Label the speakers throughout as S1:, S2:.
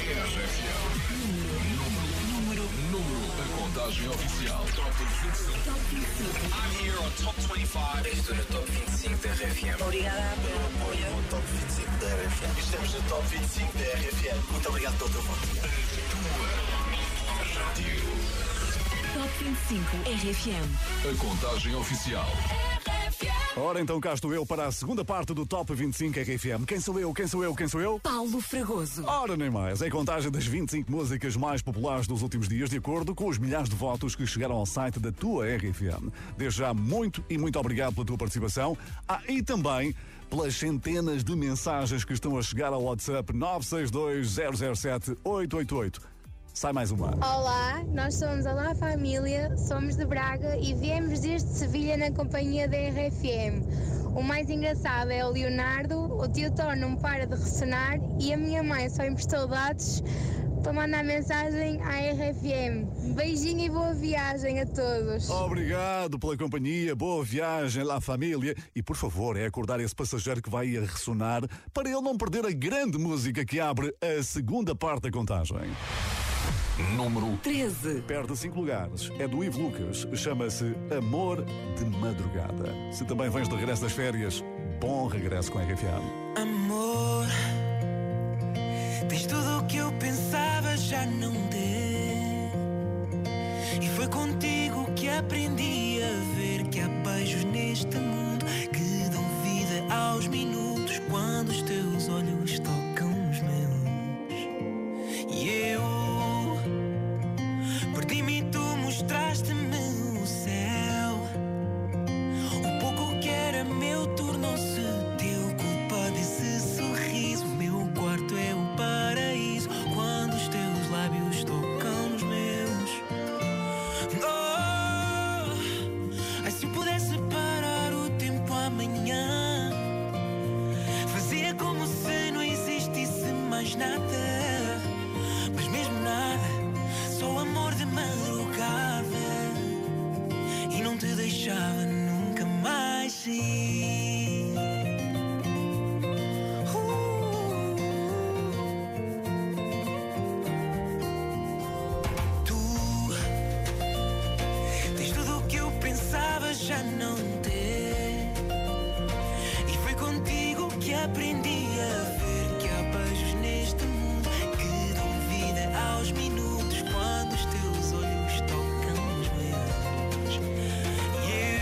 S1: RFM. Número da contagem oficial. Top 25. I'm here on Top 25.
S2: Estou no Top 25 da RFM.
S3: Obrigada pelo apoio.
S2: No Top 25 da RFM. Estamos no Top 25 da RFM. Muito obrigado pelo teu voto.
S3: Top 25 RFM.
S1: A contagem oficial.
S4: Ora, então cá estou eu para a segunda parte do Top 25 RFM. Quem sou eu? Quem sou eu? Quem sou eu?
S3: Paulo Fragoso.
S4: Ora, nem mais. É a contagem das 25 músicas mais populares dos últimos dias, de acordo com os milhares de votos que chegaram ao site da tua RFM. Desde já, muito e muito obrigado pela tua participação. E também pelas centenas de mensagens que estão a chegar ao WhatsApp 962 007 888. Sai mais uma.
S5: Olá, nós somos a La Família, somos de Braga e viemos desde Sevilha na companhia da RFM. O mais engraçado é o Leonardo, o tio Tó não para de ressonar e a minha mãe só emprestou dados para mandar mensagem à RFM. Beijinho e boa viagem a todos.
S4: Obrigado pela companhia, boa viagem, La Família. E por favor, é acordar esse passageiro que vai a ressonar para ele não perder a grande música que abre a segunda parte da contagem.
S1: Número
S3: 13.
S4: Perde 5 lugares. É do Ivo Lucas. Chama-se Amor de Madrugada. Se também vens de regresso das férias, bom regresso com a RFM.
S6: Amor, tens tudo o que eu pensava já não ter. E foi contigo que aprendi a ver que há beijos neste mundo que dão vida aos minutos quando os teus olhos tocam os meus. E eu perdi-me e tu mostraste-me o céu. O pouco que era meu tornou-se teu. Culpa desse sorriso. Meu quarto é o paraíso quando os teus lábios tocam nos meus. Oh, ai, se eu pudesse parar o tempo amanhã, fazia como se não existisse mais nada. Mas mesmo nada, só amor de madrugada. E não te deixava nunca mais ir. Tu tens tudo o que eu pensava já não ter. E foi contigo que aprendi a ver que há beijos neste mundo que dão vida aos minutos quando os teus olhos tocam os meus. E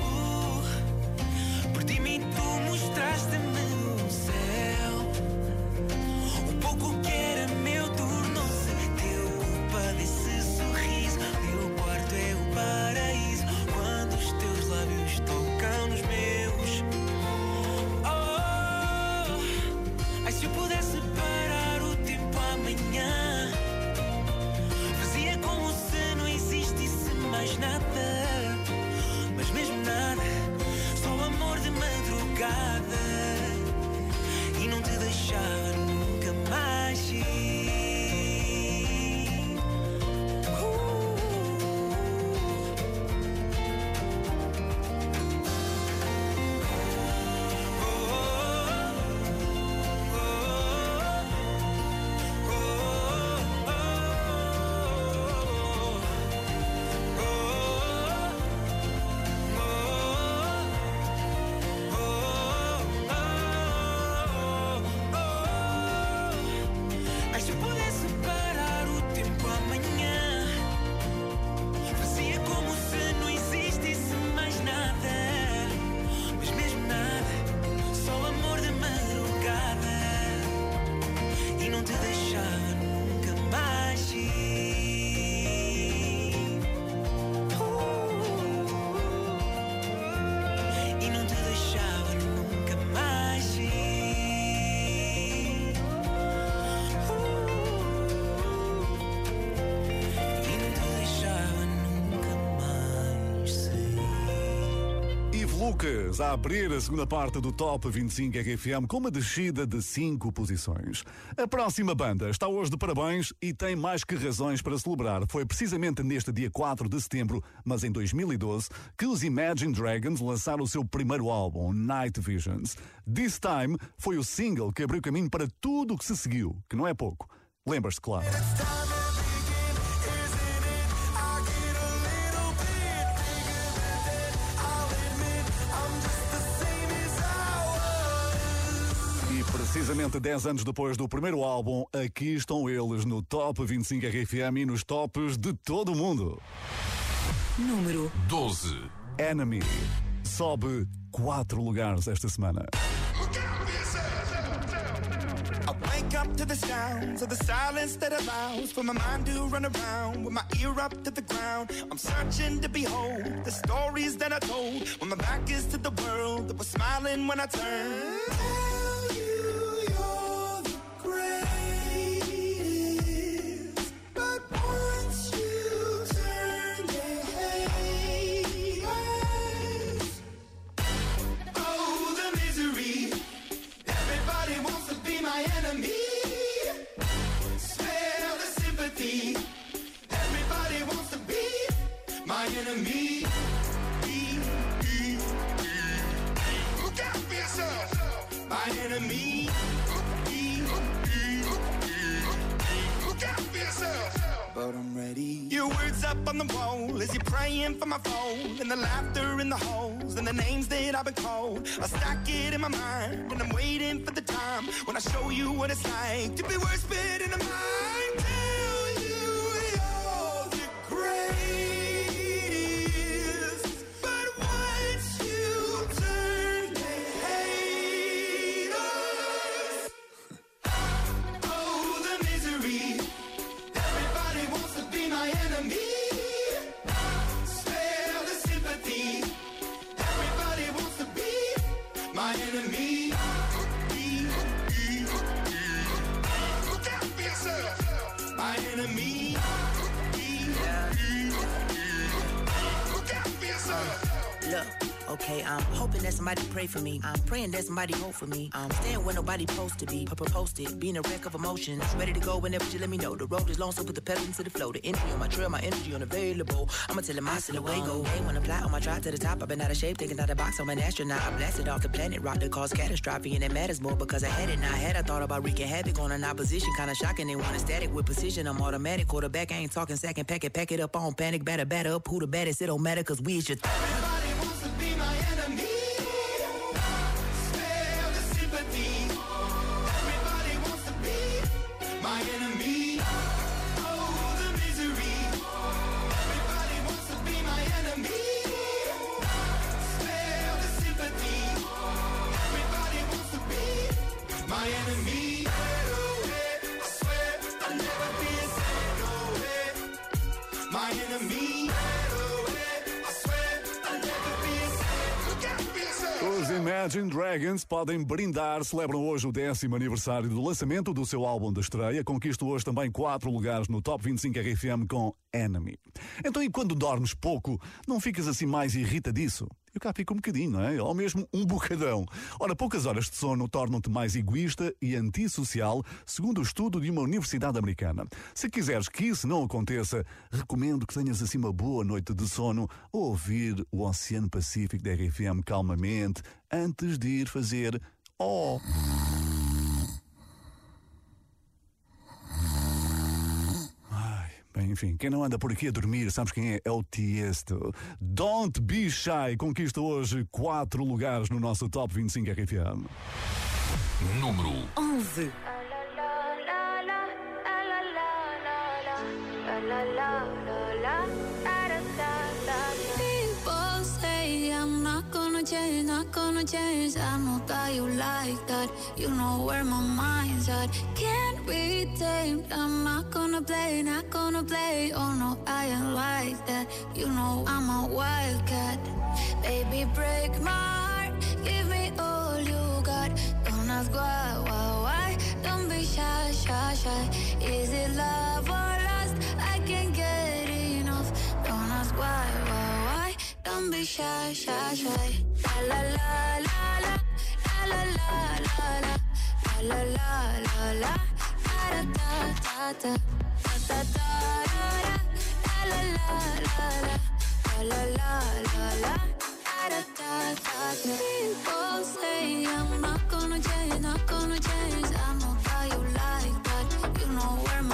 S6: eu perdi-me e tu mostraste-me o céu. O pouco que era meu tornou-se teu. Culpa desse sorriso. Meu quarto é o paraíso quando os teus lábios tocam nos meus. Oh, ai, se eu pudesse parar o tempo amanhã, fazia como se não existisse mais nada. Mas mesmo nada, só amor de madrugada. E não te deixava nunca mais ir. Ai, se eu pudesse parar o tempo amanhã, fazia como se não existisse mais nada. Mas mesmo nada, só amor de madrugada. E não te deixava nunca mais ir. E não te deixava nunca mais ir. E não te deixava nunca mais sair.
S4: Ivo Lucas a abrir a segunda parte do Top 25 RFM com uma descida de 5 posições. A próxima banda está hoje de parabéns e tem mais que razões para celebrar. Foi precisamente neste dia 4 de setembro, mas em 2012, que os Imagine Dragons lançaram o seu primeiro álbum, Night Visions. This Time foi o single que abriu caminho para tudo o que se seguiu, que não é pouco. Lembras-te, claro. E precisamente 10 anos depois do primeiro álbum, aqui estão eles no Top 25 RFM e nos tops de todo o mundo.
S3: Número
S1: 12.
S4: Enemy sobe 4 lugares esta semana.
S6: I wake up to the sounds of the silence that allows for my mind to run around with my ear up to the ground. I'm searching to behold the stories that I told when my back is to the world that was smiling when I turned. Tell you you're the greatest, but once you turn they hate us. Oh, the misery. Everybody wants to be my enemy. Spare the sympathy. Everybody wants to be my enemy. Look out for yourself. My enemy. Look out for yourself. But I'm ready. Your words up on the wall as you're praying for my phone, and the laughter in the halls and the names that I've been called. I stack it in my mind and I'm waiting for the time when I show you what it's like to be worse fit in a mind. Tell you you're the greatest, but once you turn they hate us. Oh, the misery. Everybody wants to be my enemy. Spare the sympathy. Everybody wants to be my enemy. Look out for yourself. My enemy. Look out for yourself.
S7: Look, okay, I'm hoping that somebody pray for me. I'm praying that somebody hope for me. I'm staying where nobody's supposed to be. Posted, being a wreck of emotions. Ready to go whenever you let me know. The road is long, so put the pedal into the flow. The energy on my trail, my energy unavailable. I'ma tell him I still away go. Hey, when I fly on my drive to the top, I've been out of shape, taking out the box. I'm an astronaut. I blasted off the planet, rock that caused catastrophe, and it matters more because I had it. Now I had, I thought about wreaking havoc on an opposition. Kinda shocking, they want a static with precision. I'm automatic, quarterback, I ain't talking second pack it up on panic, batter up. Who the baddest? It don't matter, cause we is just.
S6: Everybody wants to be my enemy. Spare the sympathy. Everybody wants to be my enemy. Oh, the misery. Everybody wants to be my enemy. Spare the sympathy. Everybody wants to be my enemy. I swear I'll never be a no way. My enemy.
S4: Os Imagine Dragons podem brindar, celebram hoje o 10º aniversário do lançamento do seu álbum de estreia, conquistam hoje também 4 lugares no Top 25 RFM com Enemy. Então, e quando dormes pouco, não ficas assim mais irritadiço? Eu cá fico um bocadinho, não é? Ou mesmo um bocadão. Ora, poucas horas de sono tornam-te mais egoísta e antissocial, segundo o estudo de uma universidade americana. Se quiseres que isso não aconteça, recomendo que tenhas assim uma boa noite de sono ou ouvir o Oceano Pacífico da RFM calmamente antes de ir fazer oh. Bem, enfim, quem não anda por aqui a dormir, sabes quem é? É o Tiesto. Don't Be Shy conquista hoje 4 lugares no nosso Top 25 RFM.
S1: Número
S3: 11.
S8: People say I'm not gonna change. I know that you like that. You know where my mind's at. Can't be tamed. I'm not gonna play. Oh no, I ain't like that. You know I'm a wildcat. Baby, break my heart. Give me all you got. Don't ask why. Don't be shy. Is it love or lust? I can't get enough. Don't ask why. Don't be shy. La la la la la. La la la la. La la la la. Da da da da. Da da da da. La la la la. La la la la. Da da da da. People say I'm not gonna change. I know that you like that. You know where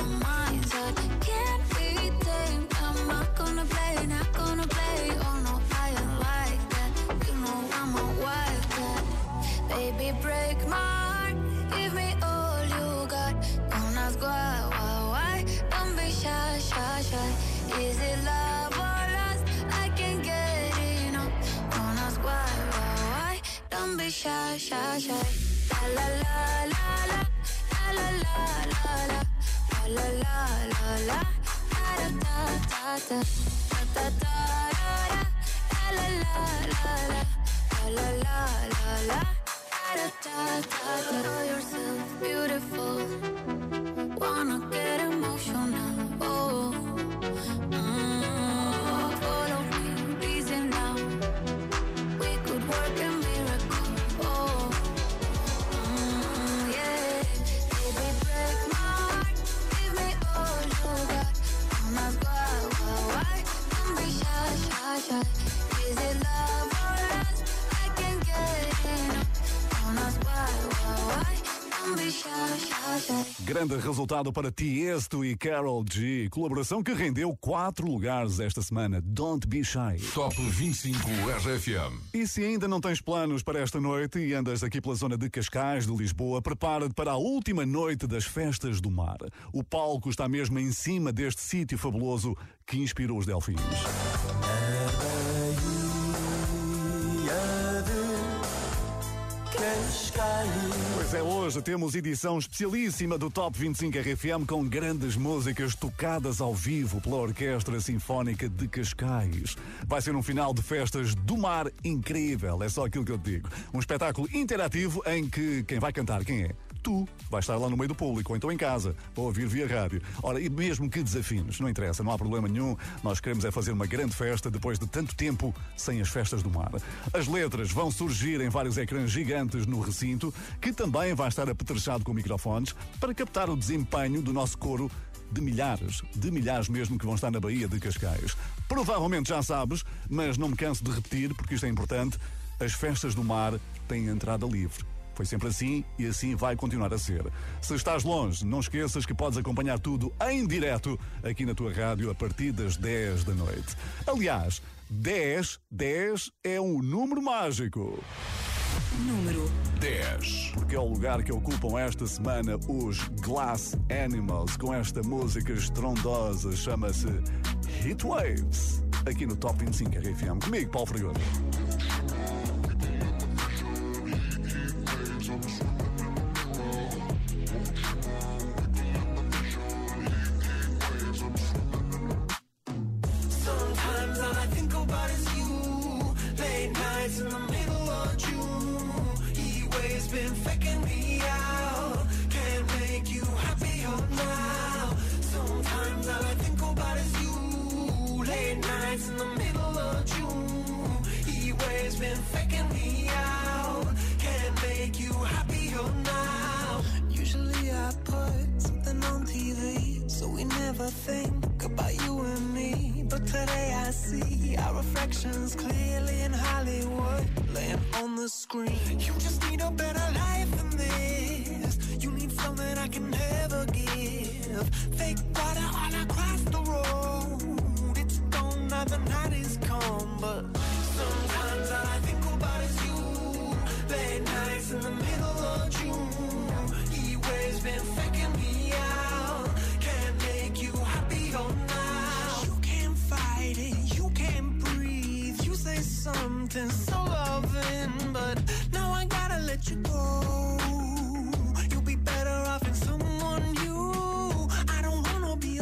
S8: don't be shy, shy, shy. La la la la la la la la la la la la la la da da da da da da da la la la la la la la la da da da da. Know yourself beautiful. Wanna get emotional. Oh. Follow me, reason now. We could work a miracle. Oh, yeah. Baby, break my heart. Give me all you got. I'm not why. Don't be shy, shy, shy. Is it love or lust? I can't get enough. Don't ask why. Don't be shy, shy, shy.
S4: Grande resultado para Tiesto e Karol G. Colaboração que rendeu 4 lugares esta semana. Don't be shy.
S1: Top 25 RFM.
S4: E se ainda não tens planos para esta noite e andas aqui pela zona de Cascais, de Lisboa, prepara-te para a última noite das Festas do Mar. O palco está mesmo em cima deste sítio fabuloso que inspirou os Delfins. Pois é, hoje temos edição especialíssima do Top 25 RFM com grandes músicas tocadas ao vivo pela Orquestra Sinfónica de Cascais. Vai ser um final de Festas do Mar incrível, é só aquilo que eu te digo. Um espetáculo interativo em que quem vai cantar, quem é? Tu vais estar lá no meio do público, ou então em casa, ou ouvir via rádio. Ora, e mesmo que desafines, não interessa, não há problema nenhum. Nós queremos é fazer uma grande festa depois de tanto tempo sem as Festas do Mar. As letras vão surgir em vários ecrãs gigantes no recinto, que também vai estar apetrechado com microfones para captar o desempenho do nosso coro de milhares mesmo que vão estar na Baía de Cascais. Provavelmente já sabes, mas não me canso de repetir porque isto é importante, as Festas do Mar têm entrada livre. Foi sempre assim e assim vai continuar a ser. Se estás longe, não esqueças que podes acompanhar tudo em direto aqui na tua rádio a partir das 10 da noite. Aliás, 10 é um número mágico.
S3: Número
S1: 10.
S4: Porque é o lugar que ocupam esta semana os Glass Animals com esta música estrondosa, chama-se Heatwaves, aqui no Top 25 RFM. Comigo, Paulo Fregoso.
S6: In the middle of June, he always been faking me out. Can't make you happier now. Sometimes all I think about is you. Late nights in the middle of June, he always been faking me out. Can't make you happier now. Usually I put something on TV, so we never think about you and me. But today I see our reflections clearly in Hollywood, laying on the screen. You just need a better life than this. You need something I can never give. Fake water all across the road. It's gone now, the night is come. But sometimes all I think about is you. Late nights in the middle of June. He always been faking me out. Can't make you happier now. You can't fight it, you can't breathe. You say something so loving, but now I gotta let you go. You'll be better off in someone new. I don't wanna be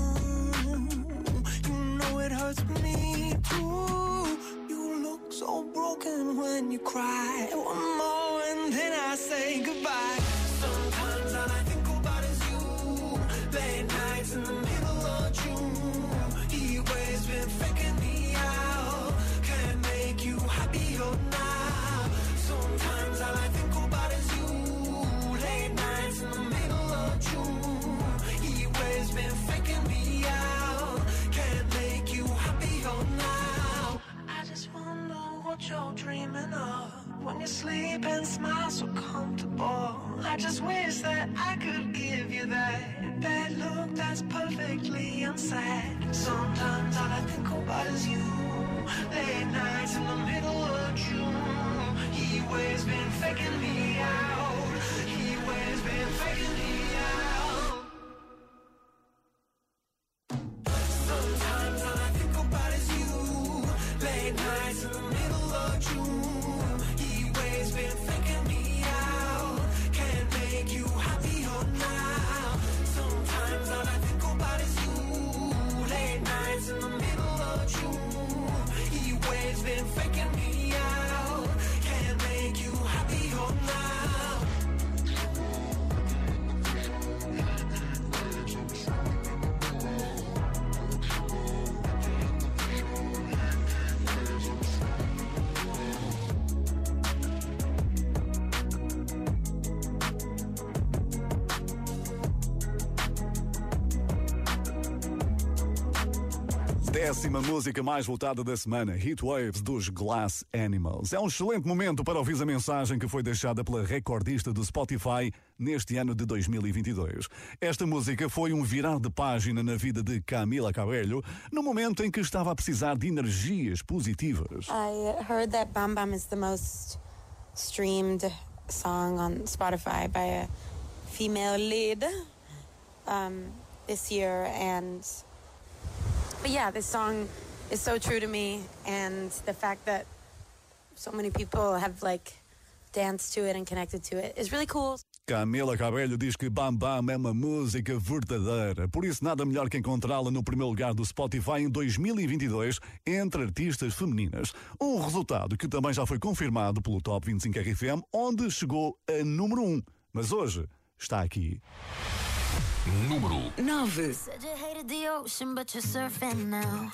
S6: alone. You know it hurts me too. You look so broken when you cry. One more and then I say goodbye. Sometimes all I think about is you. Late nights in the middle of June. He always been faking me out. Can't make you happier now. Sometimes all I think about is you. Late nights in the middle of June. He always been faking me out. Can't make you happier now. I just wonder what you're dreaming of when you sleep and smile so comfortable. I just wish that I could give you that bad look that's perfectly unsaid. Sometimes all I think about is you. Late nights in the middle of June. He always been faking me out. He always been faking me out. Sometimes all I think about is you. Late nights in the middle of June. He always been
S4: 10ª música mais votada da semana, Heat Waves dos Glass Animals. É um excelente momento para ouvir a mensagem que foi deixada pela recordista do Spotify neste ano de 2022. Esta música foi um virar de página na vida de Camila Cabello, no momento em que estava a precisar de energias positivas.
S9: I heard that Bam Bam is the most streamed song on Spotify by a female lead this year, but yeah, this song is so true to me, and the fact that so many people have like danced to it and connected to it is really cool.
S4: Camila Cabello diz que Bam Bam é uma música verdadeira, por isso nada melhor que encontrá-la no primeiro lugar do Spotify em 2022 entre artistas femininas. Um resultado que também já foi confirmado pelo Top 25 RFM, onde chegou a número 1, mas hoje está aqui.
S1: Número
S3: 9.
S8: Said you hated the ocean, but you're surfing now.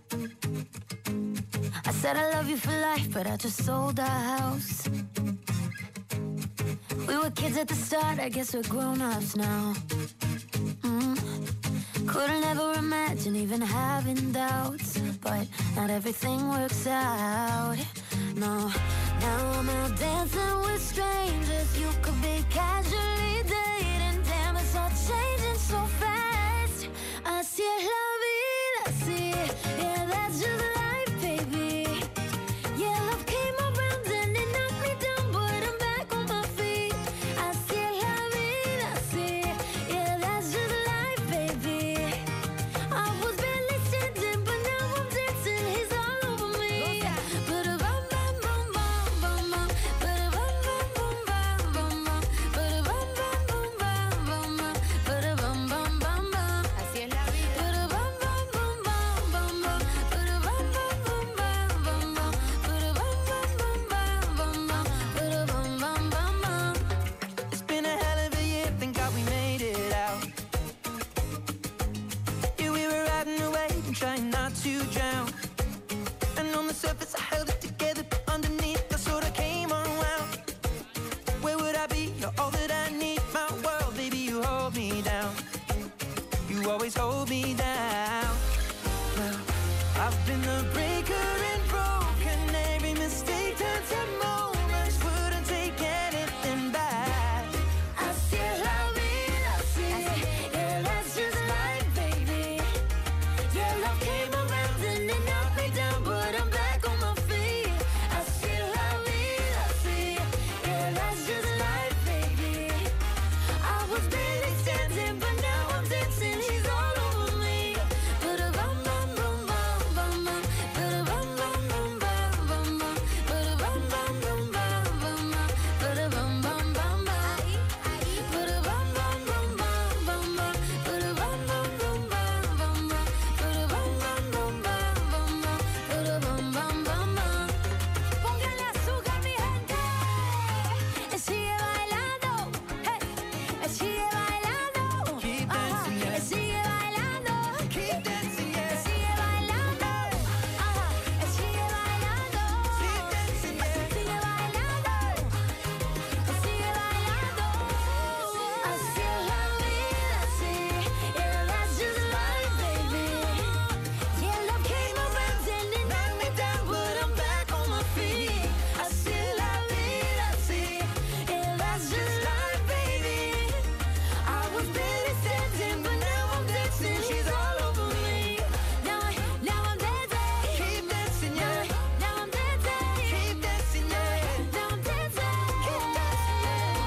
S8: I said I love you for life, but I just sold our house. We were kids at the start, I guess we're grown-ups now. Couldn't ever imagine even having doubts, but not everything works out. No, now I'm out dancing with strangers. You could be casually dating. Damn, it's all changing so fast. Así es la vida, así. Yeah, that's just life, baby. Yeah, love came around and it knocked me down, but I'm back on my feet. Así es la vida, así. Yeah, that's just life, baby. I was barely standing, but now I'm dancing. He's all over me. Ba-da-bum, bum, bum, bum, bum, bum. Ba-da-bum, bum, bum, bum, bum, bum. Ba-da-bum, bum, bum, bum, bum, bum. Ba-da-bum, bum, bum, bum. Así es la vida. Ba-da-bum, bum, bum, bum, bum, bum. Ba-da-bum, bum, bum, bum, bum, bum. Ba-da-bum, bum, bum, bum, bum, bum. Ba-da-bum, bum, bum, bum.
S6: It's been a hell of a year, thank God we made it out. Yeah, we were riding away and trying not to drown. And on the surface I held it together, but underneath I sort of came unwound. Where would I be? You're all that I need. My world, baby, you hold me down. You always hold me down. Well, I've been the breaker and broken. Every mistake turns to moments. Wouldn't take anything back.
S8: Así es la vida, así. Yeah, that's just life, baby. Yeah, love came around and it knocked me down, but I'm back on my feet. Así es la vida, así. Yeah, that's just life, baby. I was barely standing, but now I'm dancing. He's all over me. Ba-da-bum, bum, bum, bum, bum, bum. Ba-da-bum, bum, bum, bum, bum, bum. Ba-da-bum, bum, bum, bum, bum, bum. Ba-da-bum, bum, bum, bum. Ba-da-bum, bum, bum, bum, bum, bum. Ba-da-bum, bum, bum, bum, bum, bum. Ba-da-bum, bum, bum, bum, bum, bum. Ba-da-bum, bum, bum, bum. Póngale azúcar, mi gente. Sigue bailando. Hey. Sigue bailando.
S6: Keep dancing, yeah.
S8: Sigue bailando.
S6: Keep dancing, yeah.
S8: Sigue bailando. Sigue bailando.
S6: Keep dancing, yeah.
S8: Sigue bailando. Sigue bailando. Así es la vida, así. Yeah, that's just life, baby. Yeah, love came around and it knocked me down, but I'm back on my feet. Así es la vida, así. Yeah, that's just life, baby. I was barely standing, but now I'm dancing. She's all over me. Now I'm dancing.
S6: Keep dancing, yeah.
S8: Now I'm dancing.
S6: Keep dancing, yeah.
S8: Now I'm dancing.
S6: Keep dancing,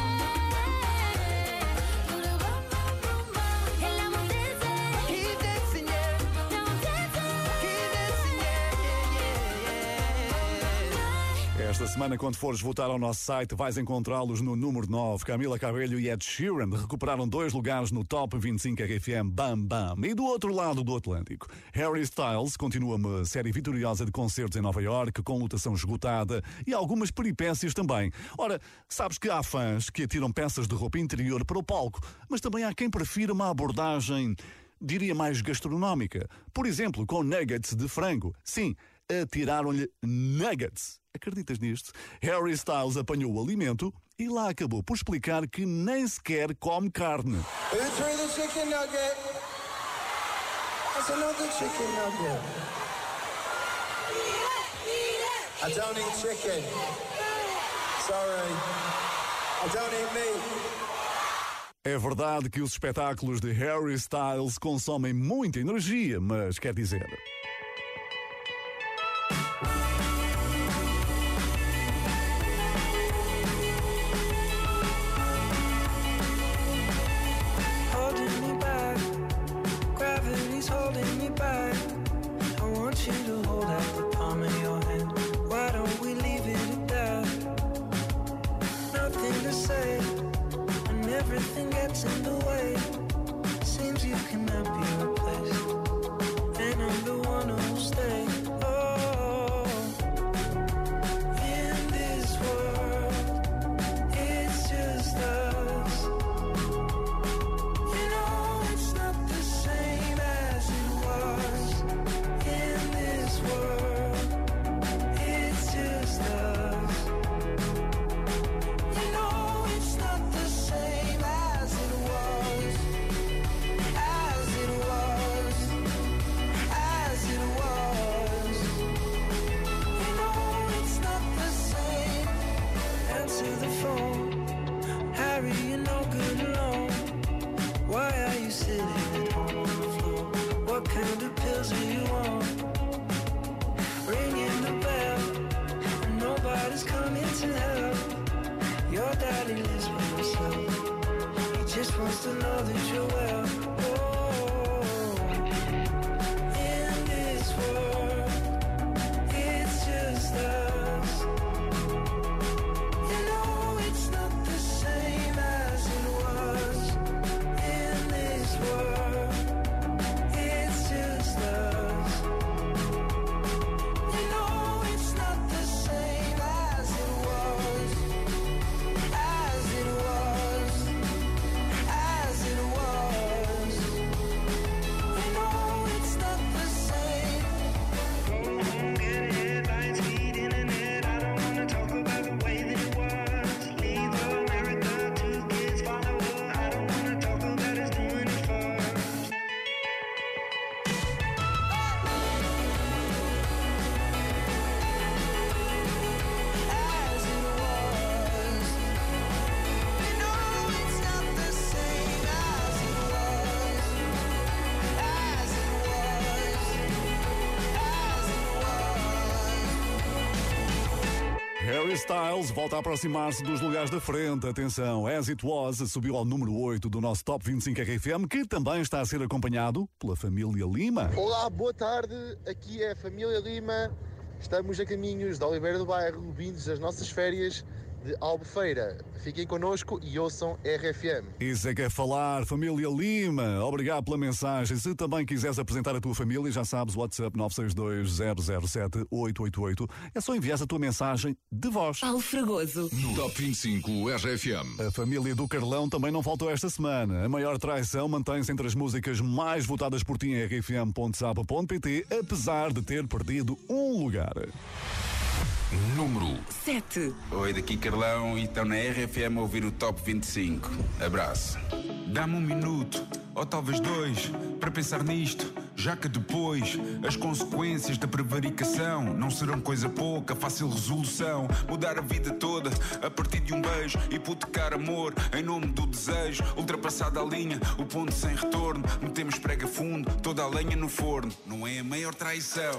S8: And now I'm dancing.
S6: Keep dancing, yeah.
S8: Now I'm dancing.
S6: Keep dancing, yeah.
S4: Esta semana, quando fores votar ao nosso site, vais encontrá-los no número 9. Camila Cabello e Ed Sheeran recuperaram 2 lugares no Top 25 RFM Bam Bam. E do outro lado do Atlântico, Harry Styles continua uma série vitoriosa de concertos em Nova Iorque, com lotação esgotada e algumas peripécias também. Ora, sabes que há fãs que atiram peças de roupa interior para o palco, mas também há quem prefira uma abordagem, diria, mais gastronómica. Por exemplo, com nuggets de frango. Sim, atiraram-lhe nuggets. Acreditas nisto? Harry Styles apanhou o alimento e lá acabou por explicar que nem sequer come carne.
S2: Let's try the chicken nugget. That's another chicken nugget. I don't eat chicken. Sorry. I don't eat meat.
S4: É verdade que os espetáculos de Harry Styles consomem muita energia, mas quer dizer...
S6: Everything gets in the way. Seems you cannot be replaced, and I'm the one who'll stay. Oh, in this world, it's just us. You know it's not the same as it was. In this world, it's just us. You know it's not the same as it was, as it was, as it was. You know it's not the same. Answer the phone, Harry, you're no good alone. Why are you sitting at home on the floor? What kind of pills are you on? Ringing the bell, and nobody's coming to help. Your daddy lives by himself. He just wants to know that you're well. Oh, in this world, it's just us. You know it's not the same as it was. In this world, it's just us. You know it's not the same as it was. As it was, as it was. You know it's not the same. Go home, get headlines, feed internet. I don't wanna talk about the way that it was. Leave America, 2 kids follow her. I don't wanna talk about us doing it first. As it was. You know it's not the same as it was. As it was. As it was.
S4: Harry Styles volta a aproximar-se dos lugares da frente. Atenção, As It Was subiu ao número 8 do nosso Top 25 RFM, que também está a ser acompanhado pela família Lima.
S10: Olá, boa tarde, aqui é a família Lima, estamos a caminhos de Oliveira do Bairro, vindos das nossas férias de Albufeira. Fiquem connosco e ouçam RFM.
S4: Isso é que é falar, família Lima. Obrigado pela mensagem. Se também quiseres apresentar a tua família, já sabes, WhatsApp 962-007-888. É só enviar a tua mensagem de voz.
S3: Alfragoso.
S1: No Top 25 RFM.
S4: A família do Carlão também não faltou esta semana. A maior traição mantém-se entre as músicas mais votadas por ti em rfm.sapa.pt, apesar de ter perdido um lugar.
S1: Número
S3: 7.
S11: Oi, daqui Carlão e estão na RFM a ouvir o Top 25. Abraço.
S12: Dá-me 1 minuto, ou talvez 2, para pensar nisto, já que depois as consequências da prevaricação não serão coisa pouca, fácil resolução. Mudar a vida toda a partir de um beijo, hipotecar amor em nome do desejo. Ultrapassada a linha, o ponto sem retorno, metemos prega fundo, toda a lenha no forno. Não é a maior traição.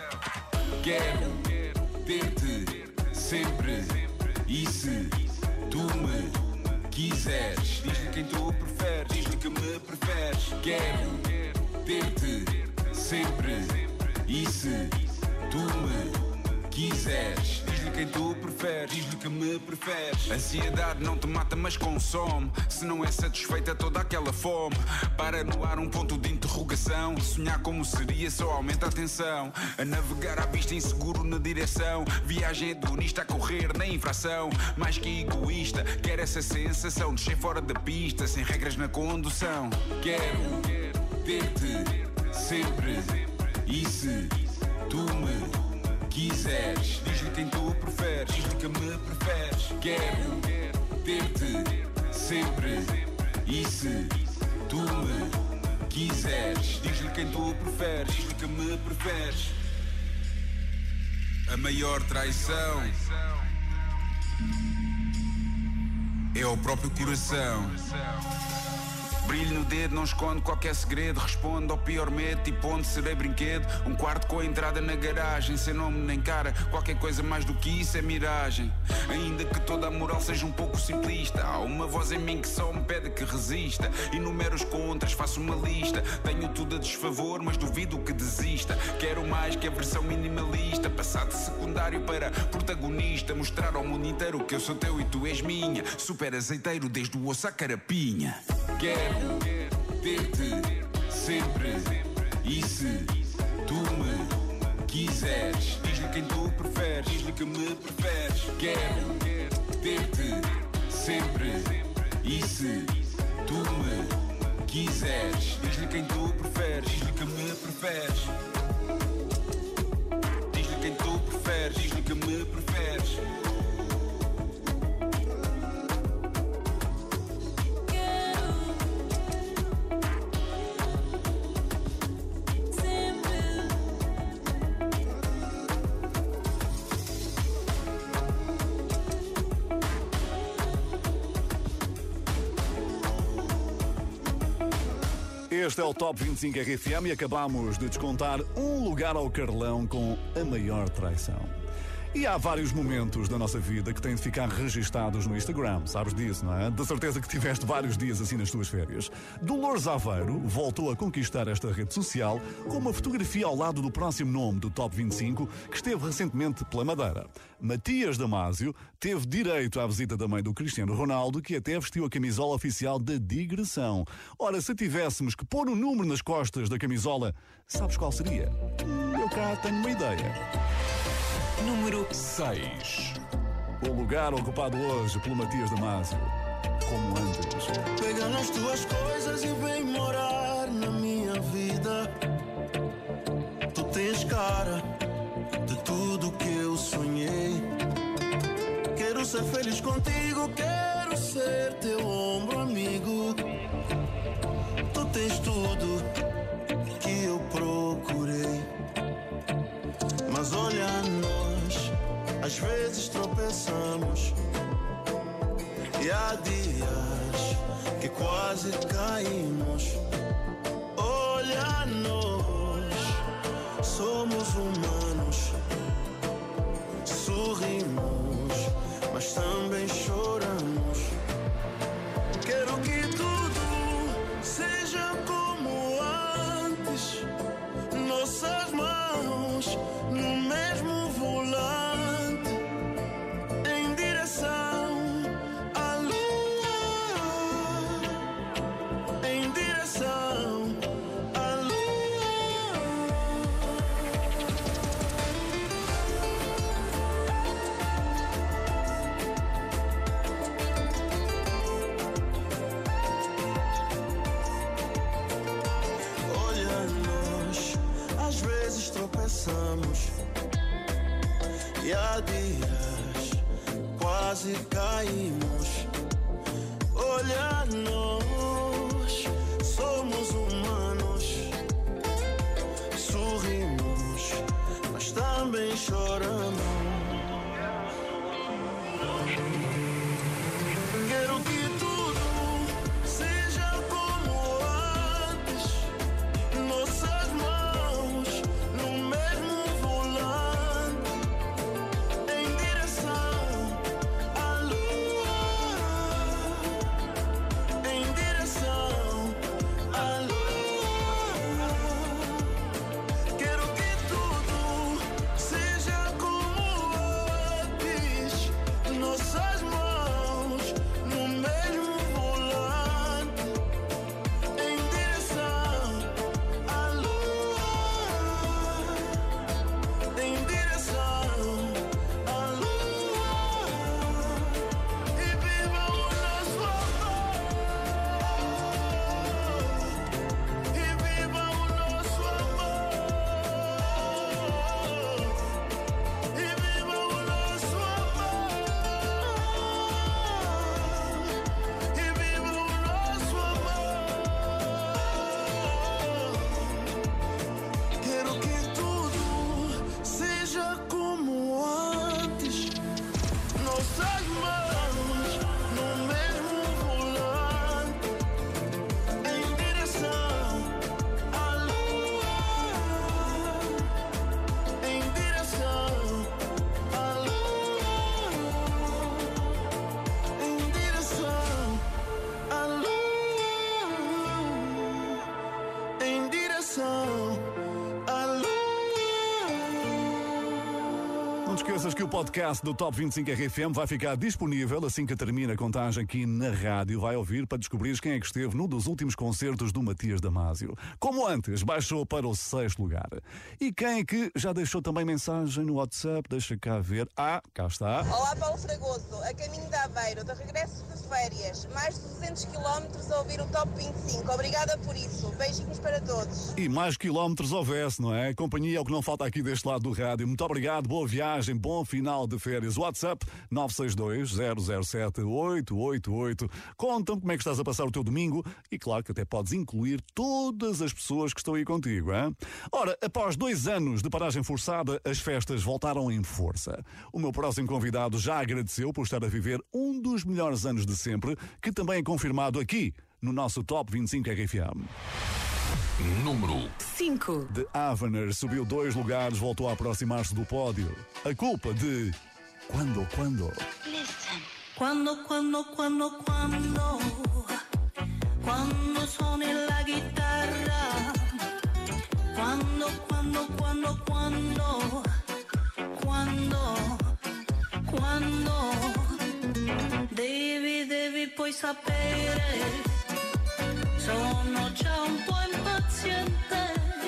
S12: Quero ter-te sempre, e se tu me quiseres, diz-lhe quem tu preferes, diz-lhe que me preferes. Quero ter-te sempre, e se tu me quiseres, diz-lhe quem tu preferes, diz-lhe que me preferes. Ansiedade não te mata mas consome, se não é satisfeita toda aquela fome. Para no ar um ponto de interrogação, sonhar como seria só aumenta a tensão. A navegar à vista inseguro na direção, viagem hedonista a correr na infração. Mais que egoísta, quero essa sensação de ser fora da pista, sem regras na condução. Quero ter-te sempre, e se tu me quiseres, diz-lhe quem tu preferes, diz-lhe que me preferes. Quero ter-te sempre, e se tu me quiseres. Diz-lhe quem tu preferes, diz-lhe que me preferes. A maior traição é o próprio coração. Brilho no dedo, não esconde qualquer segredo. Responde ao pior medo, tipo onde serei brinquedo. Um quarto com a entrada na garagem, sem nome nem cara. Qualquer coisa mais do que isso é miragem. Ainda que toda a moral seja um pouco simplista, há uma voz em mim que só me pede que resista. Enumero os contras, faço uma lista. Tenho tudo a desfavor, mas duvido que desista. Quero mais que a versão minimalista. Passar de secundário para protagonista. Mostrar ao mundo inteiro que eu sou teu e tu és minha. Super azeiteiro desde o osso à carapinha. Quero ter-te sempre. E se tu me quiseres, diz-lhe quem tu preferes, diz-lhe que me preferes. Quero ter-te sempre. E se tu me quiseres, diz-lhe quem tu preferes, diz-lhe que me preferes. Diz-lhe quem tu preferes, diz-lhe que me preferes.
S4: Este é o Top 25 RFM e acabamos de descontar um lugar ao Carlão com a maior traição. E há vários momentos da nossa vida que têm de ficar registados no Instagram, sabes disso, não é? De certeza que tiveste vários dias assim nas tuas férias. Dolores Aveiro voltou a conquistar esta rede social com uma fotografia ao lado do próximo nome do Top 25 que esteve recentemente pela Madeira. Matias Damasio teve direito à visita da mãe do Cristiano Ronaldo, que até vestiu a camisola oficial da digressão. Ora, se tivéssemos que pôr um número nas costas da camisola, sabes qual seria? Eu cá tenho uma ideia.
S3: Número 6.
S4: O lugar ocupado hoje pelo Matias Damasio, como antes.
S13: Pega nas tuas coisas e vem morar na minha vida. Tu tens cara de tudo que eu sonhei. Quero ser feliz contigo, quero ser teu ombro amigo. Tu tens tudo que eu procurei. Mas olha, nós às vezes tropeçamos e há dias que quase caímos. Olha, nós somos humanos, sorrimos, mas também choramos. Quero que tudo seja como antes, nossas mãos no mesmo volante, em direção à lua, em direção à lua. Olha, nós às vezes tropeçamos e há dias quase caímos. Olha, nós somos humanos, sorrimos, mas também choramos. Quero que tudo seja como antes, nossas mãos no mesmo volante, em direção à lua, em direção à lua. Quero que tudo seja como
S4: Não te esqueças que o podcast do Top 25 RFM vai ficar disponível assim que termina a contagem aqui na rádio. Vai ouvir para descobrires quem é que esteve num dos últimos concertos do Matias Damasio. Como antes, baixou para o 6º lugar. E quem é que já deixou também mensagem no WhatsApp? Deixa cá ver. Ah, cá está.
S14: Olá, Paulo Fragoso, a caminho de Aveiro, de regresso de férias, mais de 200 km a ouvir o Top 25. Obrigada por isso. Beijinhos para todos.
S4: E mais quilómetros houvesse, não é? Companhia é o que não falta aqui deste lado do rádio. Muito obrigado, boa viagem, bom final de férias. WhatsApp 962-007-888. Conta-me como é que estás a passar o teu domingo e claro que até podes incluir todas as pessoas que estão aí contigo, hein? Ora, após 2 anos de paragem forçada, as festas voltaram em força. O meu próximo convidado já agradeceu por estar a viver um dos melhores anos de sempre, que também é confirmado aqui no nosso Top 25 RFM.
S3: Número
S15: 5.
S4: The Avener subiu 2 lugares, voltou a aproximar-se do pódio. A culpa de Quando.
S6: Quando suoni la chitarra, quando devi poi sapere, sono già un po' impaziente,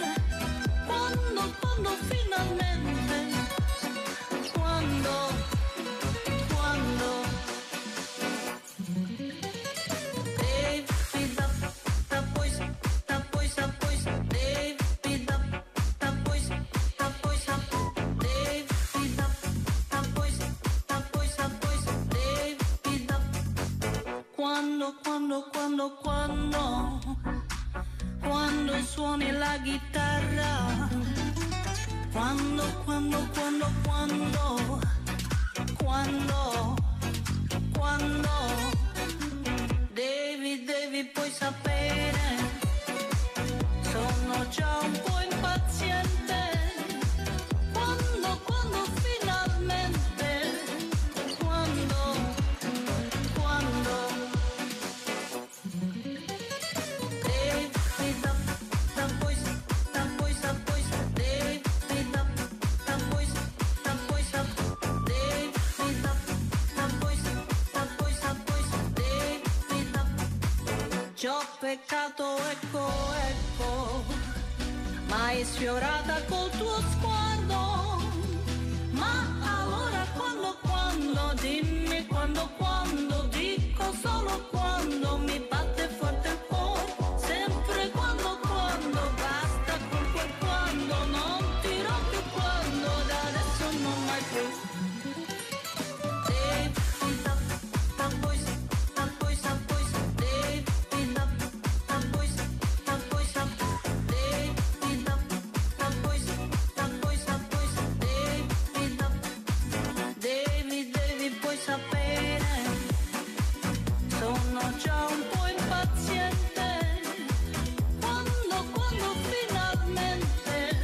S6: quando finalmente, quando devi da poi devi da poi devi da poi devi da quando suoni la chitarra, quando devi poi sapere, sono già un po' impaziente, quando finalmente, quando devi da poi devi da poi ci ho peccato, ecco, ma hai sfiorata col tuo sguardo, ma allora quando, dimmi quando, dico solo quando, mi batte forte il cuore, sempre quando, basta con quel quando, non dirò più quando, da adesso non mai più. Devi da poi devi poi sapere, sono già un po' impaziente, quando finalmente,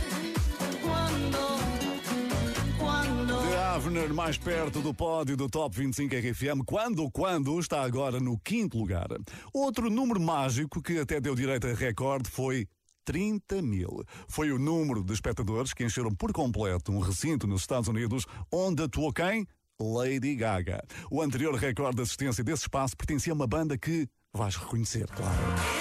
S6: quando
S4: The Avener mais perto do pódio do Top 25 RFM, quando está agora no 5º lugar. Outro número mágico que até deu direito a recorde foi 30.000. Foi o número de espectadores que encheram por completo um recinto nos Estados Unidos, onde atuou quem? Lady Gaga. O anterior recorde de assistência desse espaço pertencia a uma banda que vais reconhecer, claro.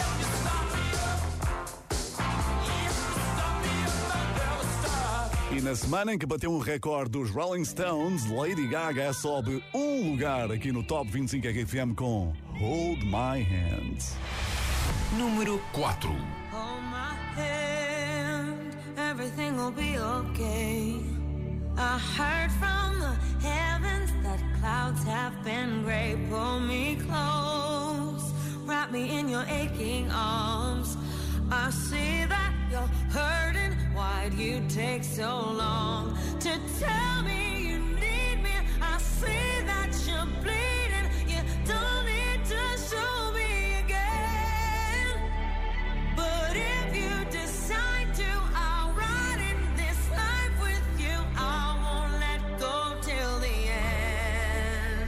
S4: E na semana em que bateu um recorde dos Rolling Stones, Lady Gaga sobe um lugar aqui no Top 25 RFM com Hold My Hand.
S15: Número
S3: 4.
S6: hold my hand, everything will be okay. I heard from the heavens that clouds have been gray. Pull me close, wrap me in your aching arms. I see that you're hurting. Why'd you take so long to tell me you need me? I see that you're bleeding. You don't need to show me again. But if you decide to, I'll ride in this life with you. I won't let go till the end.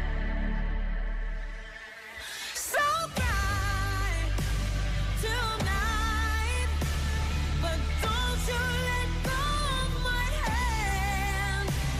S6: So cry tonight, but don't you let go of my hand.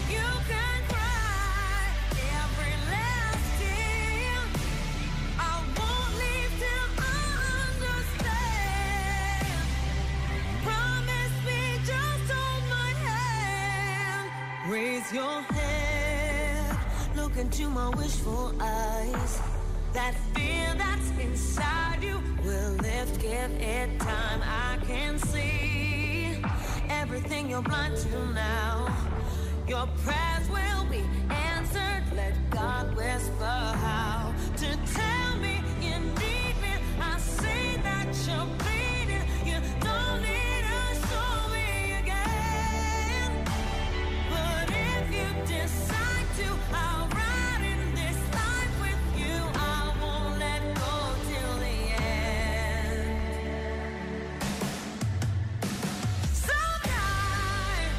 S16: raise your head, look into my wishful eyes. That fear that's inside you will lift, give it time. I can see everything you're blind to now. Your prayers will be answered. Let God whisper how to tell me you need me. I see that you're bleeding. You don't need to show me again. But if you decide to, I'll ride in this life with you. I won't let go till the end. So tonight,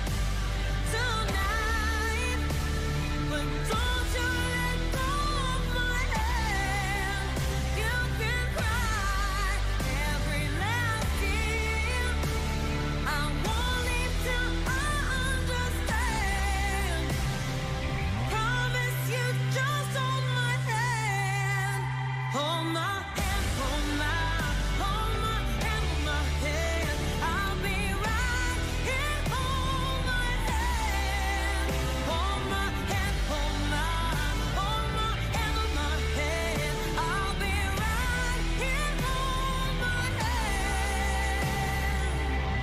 S16: but don't you let go of my hand. You can cry every last tear. I won't leave till I understand. Promise you just hold my hand. Hold my hand, hold my hand, hold my hand. I'll be right here. Hold my hand. Hold my hand, hold my hand, hold my hand. I'll be right here. Hold my hand.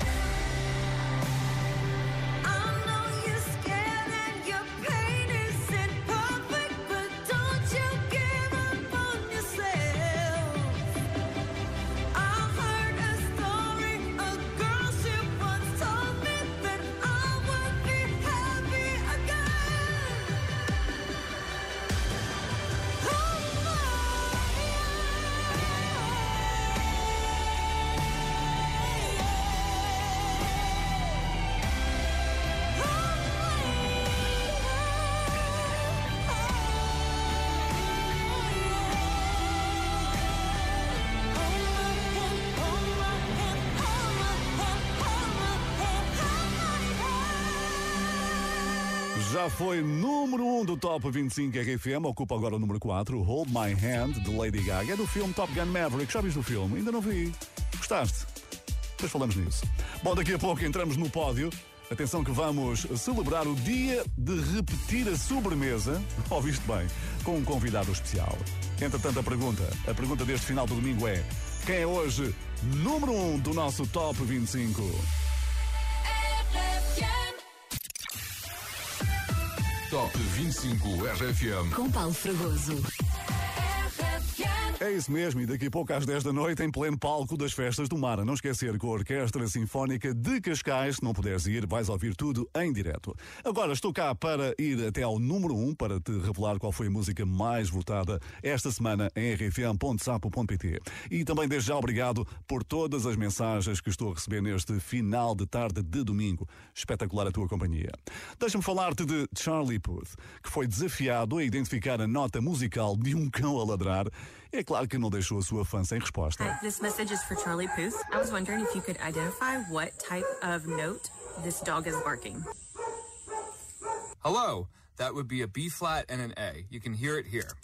S16: I know you're scared and your pain isn't perfect, but don't you give up on yourself. I heard a story, a girl she once told me that I would be happy again.
S4: Já foi número 1 do Top 25 RFM, ocupa agora o número 4, Hold My Hand, de Lady Gaga. É do filme Top Gun Maverick. Já viste o filme? Ainda não vi. Gostaste? Depois falamos nisso. Bom, daqui a pouco entramos no pódio. Atenção que vamos celebrar o dia de repetir a sobremesa, ouviste bem, com um convidado especial. Entretanto, a pergunta deste final do domingo é: quem é hoje número 1 do nosso Top 25?
S3: Top 25 RFM.
S15: Com Paulo Fragoso.
S4: É isso mesmo, e daqui a pouco às 10 da noite em pleno palco das Festas do Mar. A não esquecer com a Orquestra Sinfónica de Cascais. Se não puderes ir, vais ouvir tudo em direto. Agora estou cá para ir até ao número 1 para te revelar qual foi a música mais votada esta semana em rfm.sapo.pt. E também desde já obrigado por todas as mensagens que estou a receber neste final de tarde de domingo. Espetacular a tua companhia. Deixa-me falar-te de Charlie Puth, que foi desafiado a identificar a nota musical de um cão a ladrar. É claro que não deixou a sua fã sem resposta.
S17: Hi, this message is for Charlie Puth. I was wondering if you could identify what type of note this dog is barking.
S18: Hello, that would be a B flat and an A. You can hear it here.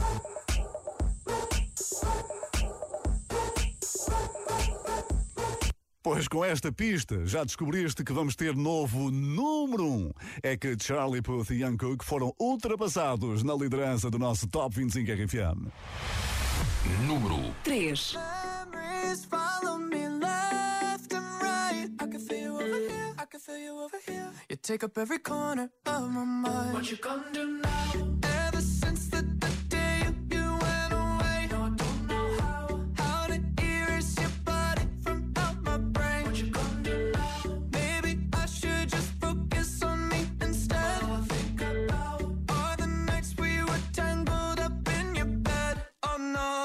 S4: Pois com esta pista já descobriste que vamos ter novo número 1. É que Charlie Puth e Jungkook foram ultrapassados na liderança do nosso Top 25 RFM.
S3: Número
S15: 3.
S13: Memories follow me left and right. I can feel you over here, I can feel you over here. You take up every corner of my mind. What you gonna do now? Ever since the day you went away, no, I don't know how to erase your body from out my brain. What you gonna do now? Maybe I should just focus on me instead. All I think about are the nights we were tangled up in your bed. Oh no.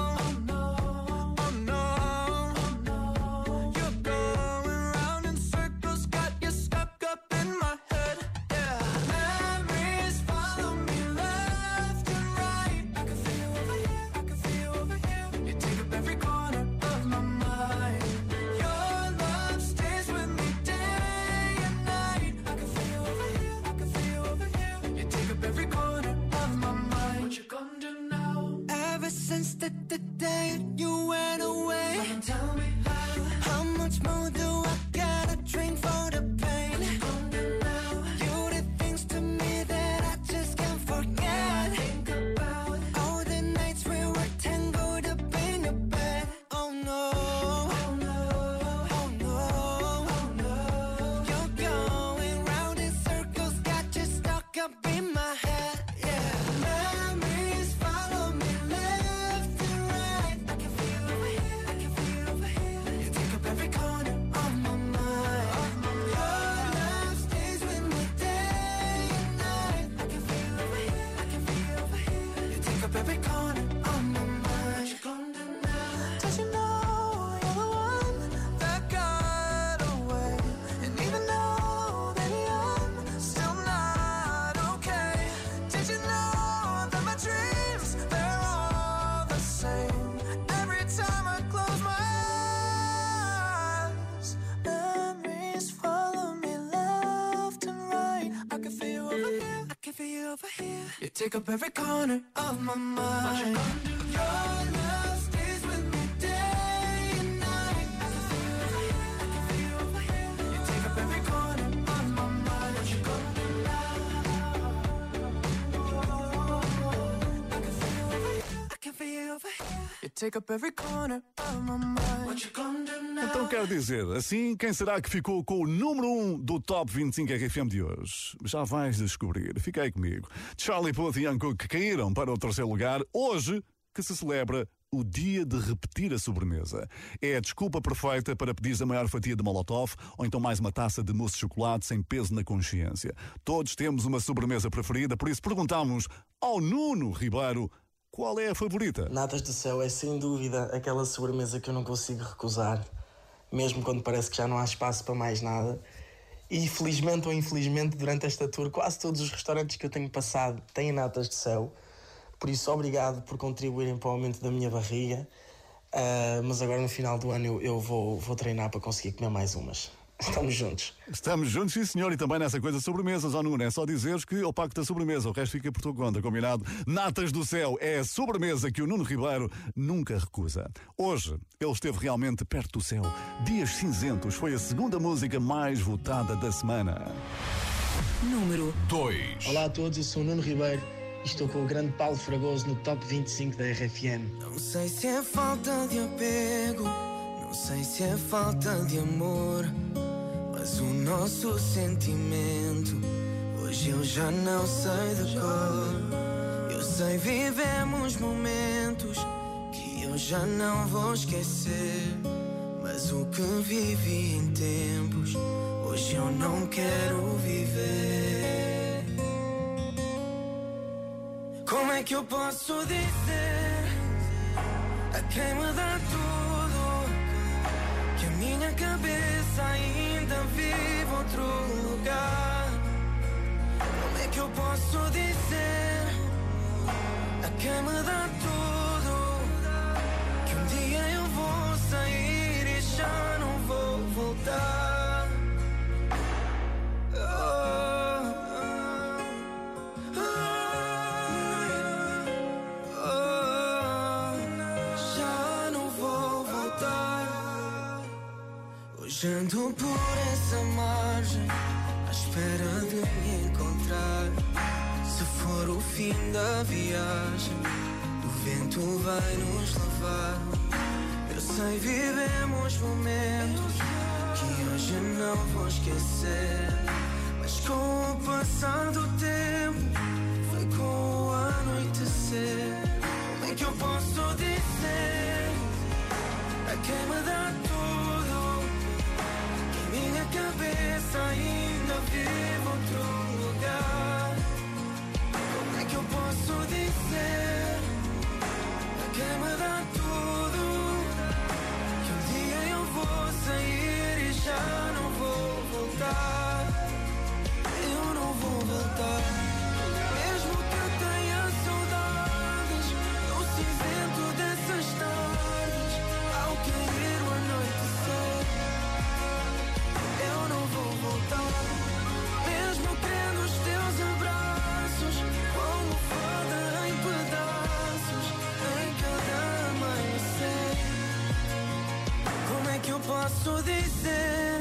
S13: Since the day you went away, tell me how much more do I gotta drink for the pain? You did things to me take up every corner of my mind. Your love stays with me day and night. I can feel you over here. You take up every corner of my mind. What you gonna do now? I can feel you over here. I can feel you over here. You take up every corner of my mind. What you gonna do now?
S4: Então quero dizer, assim, quem será que ficou com o número 1 do Top 25 RFM de hoje? Já vais descobrir, fica aí comigo. Charlie Puth e Jungkook caíram para o terceiro lugar, hoje que se celebra o dia de repetir a sobremesa. É a desculpa perfeita para pedir a maior fatia de Molotov ou então mais uma taça de mousse de chocolate sem peso na consciência. Todos temos uma sobremesa preferida, por isso perguntámos ao Nuno Ribeiro qual é a favorita.
S19: Natas do Céu é sem dúvida aquela sobremesa que eu não consigo recusar, mesmo quando parece que já não há espaço para mais nada. E felizmente ou infelizmente durante esta tour quase todos os restaurantes que eu tenho passado têm Natas do Céu. Por isso obrigado por contribuírem para o aumento da minha barriga, mas agora no final do ano eu vou treinar para conseguir comer mais umas. Estamos juntos.
S4: Estamos juntos, sim senhor, e também nessa coisa de sobremesas, ó Nuno, é só dizeres que o pacto da sobremesa, o resto fica por tua conta, combinado? Natas do Céu é a sobremesa que o Nuno Ribeiro nunca recusa. Hoje, ele esteve realmente perto do céu. Dias Cinzentos foi a segunda música mais votada da semana.
S15: Número
S3: 2.
S19: Olá a todos, eu sou o Nuno Ribeiro e estou com o grande Paulo Fragoso no Top 25 da RFM.
S6: Não sei se é falta de apego, não sei se é falta de amor, mas o nosso sentimento hoje eu já não sei de cor. Eu sei, vivemos momentos que eu já não vou esquecer, mas o que vivi em tempos hoje eu não quero viver. Como é que eu posso dizer a quem me dá tudo que a minha cabeça ainda vive outro lugar? Como é que eu posso dizer a quem me dá tudo que um dia eu vou sair e já não vou voltar? Já não vou voltar. Hoje ando por essa margem à espera de me encontrar. Se for o fim da viagem, o vento vai nos levar. Eu sei, vivemos momentos que hoje não vou esquecer, mas com o passar do tempo foi com o anoitecer. Como é que eu posso dizer a quem me dá tudo que a minha cabeça ainda vive outro lugar? Como é que eu posso dizer a quem me dá tudo que um dia eu vou sair e já não vou voltar? Eu não vou voltar. Mesmo que eu tenha saudades do cinzento dessas tardes ao cair o anoitecer, eu não vou voltar. Mesmo querendo os teus abraços como fada em pedaços em cada amanhecer. Como é que eu posso dizer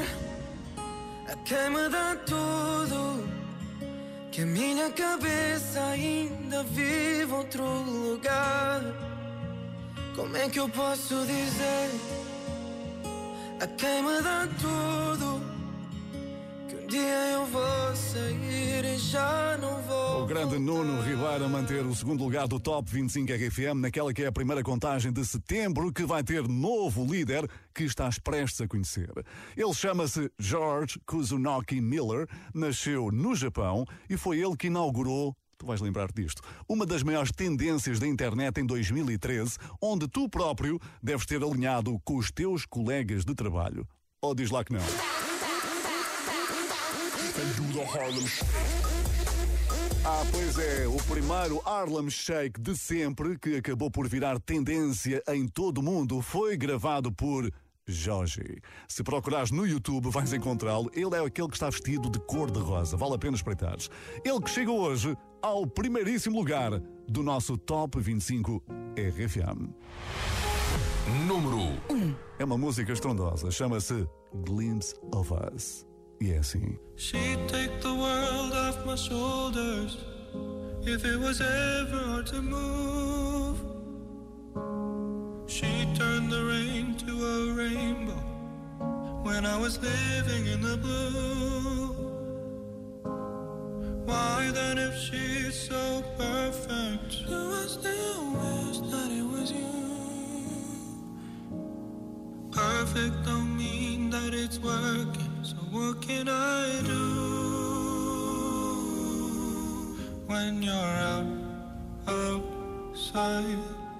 S6: a quem me dá tudo que a minha cabeça ainda vive outro lugar? Como é que eu posso dizer a quem me dá tudo que um dia eu vou sair e já não vou?
S4: O grande Nuno Ribeiro a manter o segundo lugar do Top 25 RFM naquela que é a primeira contagem de setembro, que vai ter novo líder que estás prestes a conhecer. Ele chama-se George Kusunoki Miller, nasceu no Japão e foi ele que inaugurou, tu vais lembrar disto, uma das maiores tendências da internet em 2013, onde tu próprio deves ter alinhado com os teus colegas de trabalho. Ou diz lá que não. Ah, pois é, o primeiro Harlem Shake de sempre, que acabou por virar tendência em todo o mundo, foi gravado por Jorge. Se procurares no YouTube, vais encontrá-lo. Ele é aquele que está vestido de cor-de-rosa. Vale a pena espreitares. Ele que chega hoje ao primeiríssimo lugar do nosso Top 25 RFM.
S3: Número
S4: 1. É uma música estrondosa. Chama-se Glimpse of Us. E é assim.
S6: She'd take the world off my shoulders if it was ever hard to move. She turned the rain to a rainbow when I was living in the blue. Why then, if she's so perfect, do I still wish that it was you? Perfect don't mean that it's working, so what can I do when you're outside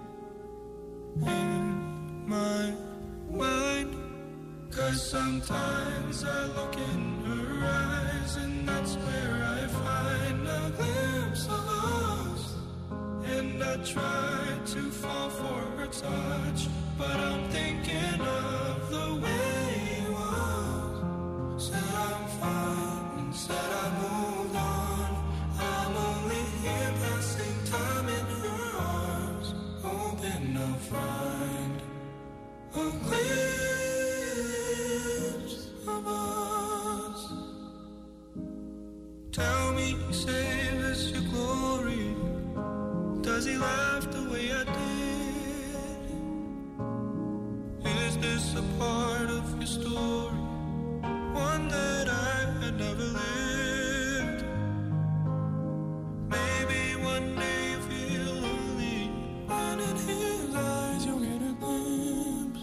S6: in my mind? 'Cause sometimes I look in her eyes and that's where I find a glimpse of us. And I try to fall for her touch, but I'm thinking of the way he was. Said I'm fine and said I moved on. I'm only here passing time in her arms, hoping to find a glimpse of us. Tell me, save us your glory. Does he laugh the way I did? Is this a part of your story? One that I had never lived? Maybe one day you feel lonely, and in his eyes you'll get a glimpse.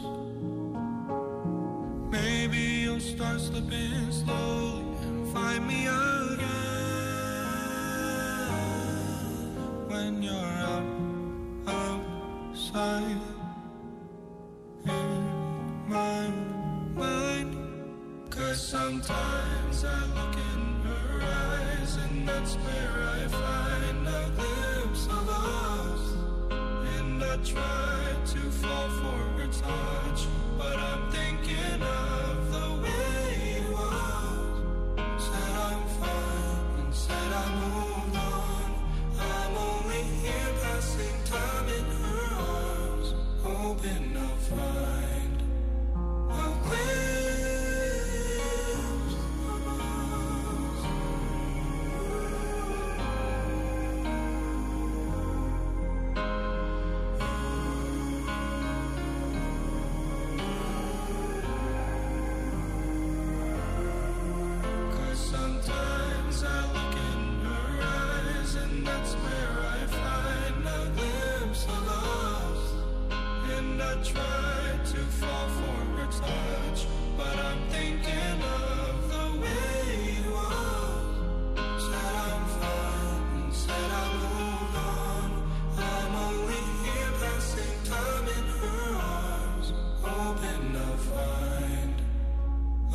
S6: Maybe you'll start slipping slowly and find me again when you're outside in my mind. 'Cause sometimes I look in her eyes and that's where I find a glimpse of us. And I try to fall for her touch, but I'm thinking of the way he was. Said I'm fine and said I moved on. I'm only here passing time in her arms, hoping to find a glimpse of us. 'Cause sometimes I look in her eyes and that's where I find a glimpse of us. And I try to fall for her touch, but I'm thinking of the way he was. Said I'm fine and said I moved on. I'm only here passing time in her arms, hoping to find a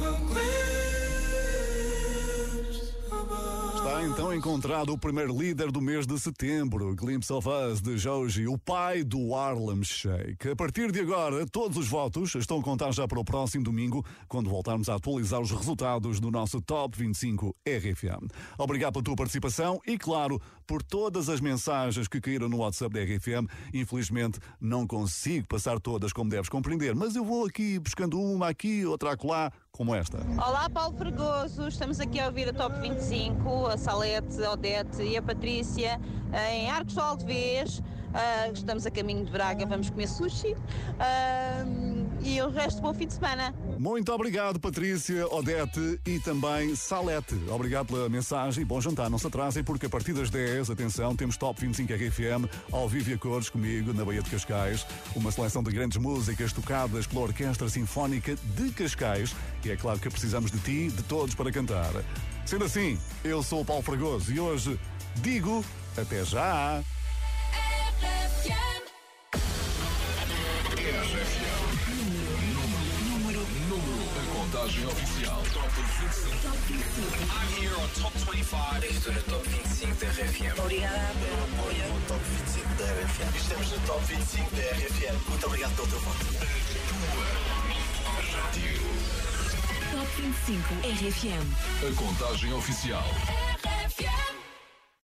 S6: glimpse of us.
S4: Está então encontrado o primeiro líder do mês de setembro, Glimpse of Us, de Joji, o pai do Harlem Shake. A partir de agora, todos os votos estão a contar já para o próximo domingo, quando voltarmos a atualizar os resultados do nosso Top 25 RFM. Obrigado pela tua participação e, claro, por todas as mensagens que caíram no WhatsApp da RFM. Infelizmente, não consigo passar todas como deves compreender, mas eu vou aqui buscando uma aqui, outra acolá, como esta.
S20: Olá, Paulo Fregoso, estamos aqui a ouvir a Top 25, a Salete, a Odete e a Patrícia em Arcos do Alvés. Estamos a caminho de Braga, vamos comer sushi e o resto, bom fim de semana.
S4: Muito obrigado, Patrícia, Odete e também Salete. Obrigado pela mensagem e bom jantar. Não se atrasem, porque a partir das 10, atenção, temos Top 25 RFM ao vivo e a cores comigo na Baía de Cascais. Uma seleção de grandes músicas tocadas pela Orquestra Sinfónica de Cascais. E é claro que precisamos de ti, de todos, para cantar. Sendo assim, eu sou o Paulo Fragoso e hoje digo até já.
S3: A contagem oficial. Top 25.
S1: I'm here on Top 25.
S21: Estou no Top 25 da RFM.
S7: Obrigada pelo apoio.
S21: No Top 25 da RFM. Estamos no Top 25 da RFM. Muito obrigado pelo teu voto.
S3: Rádio.
S15: Top 25 RFM.
S3: A contagem oficial.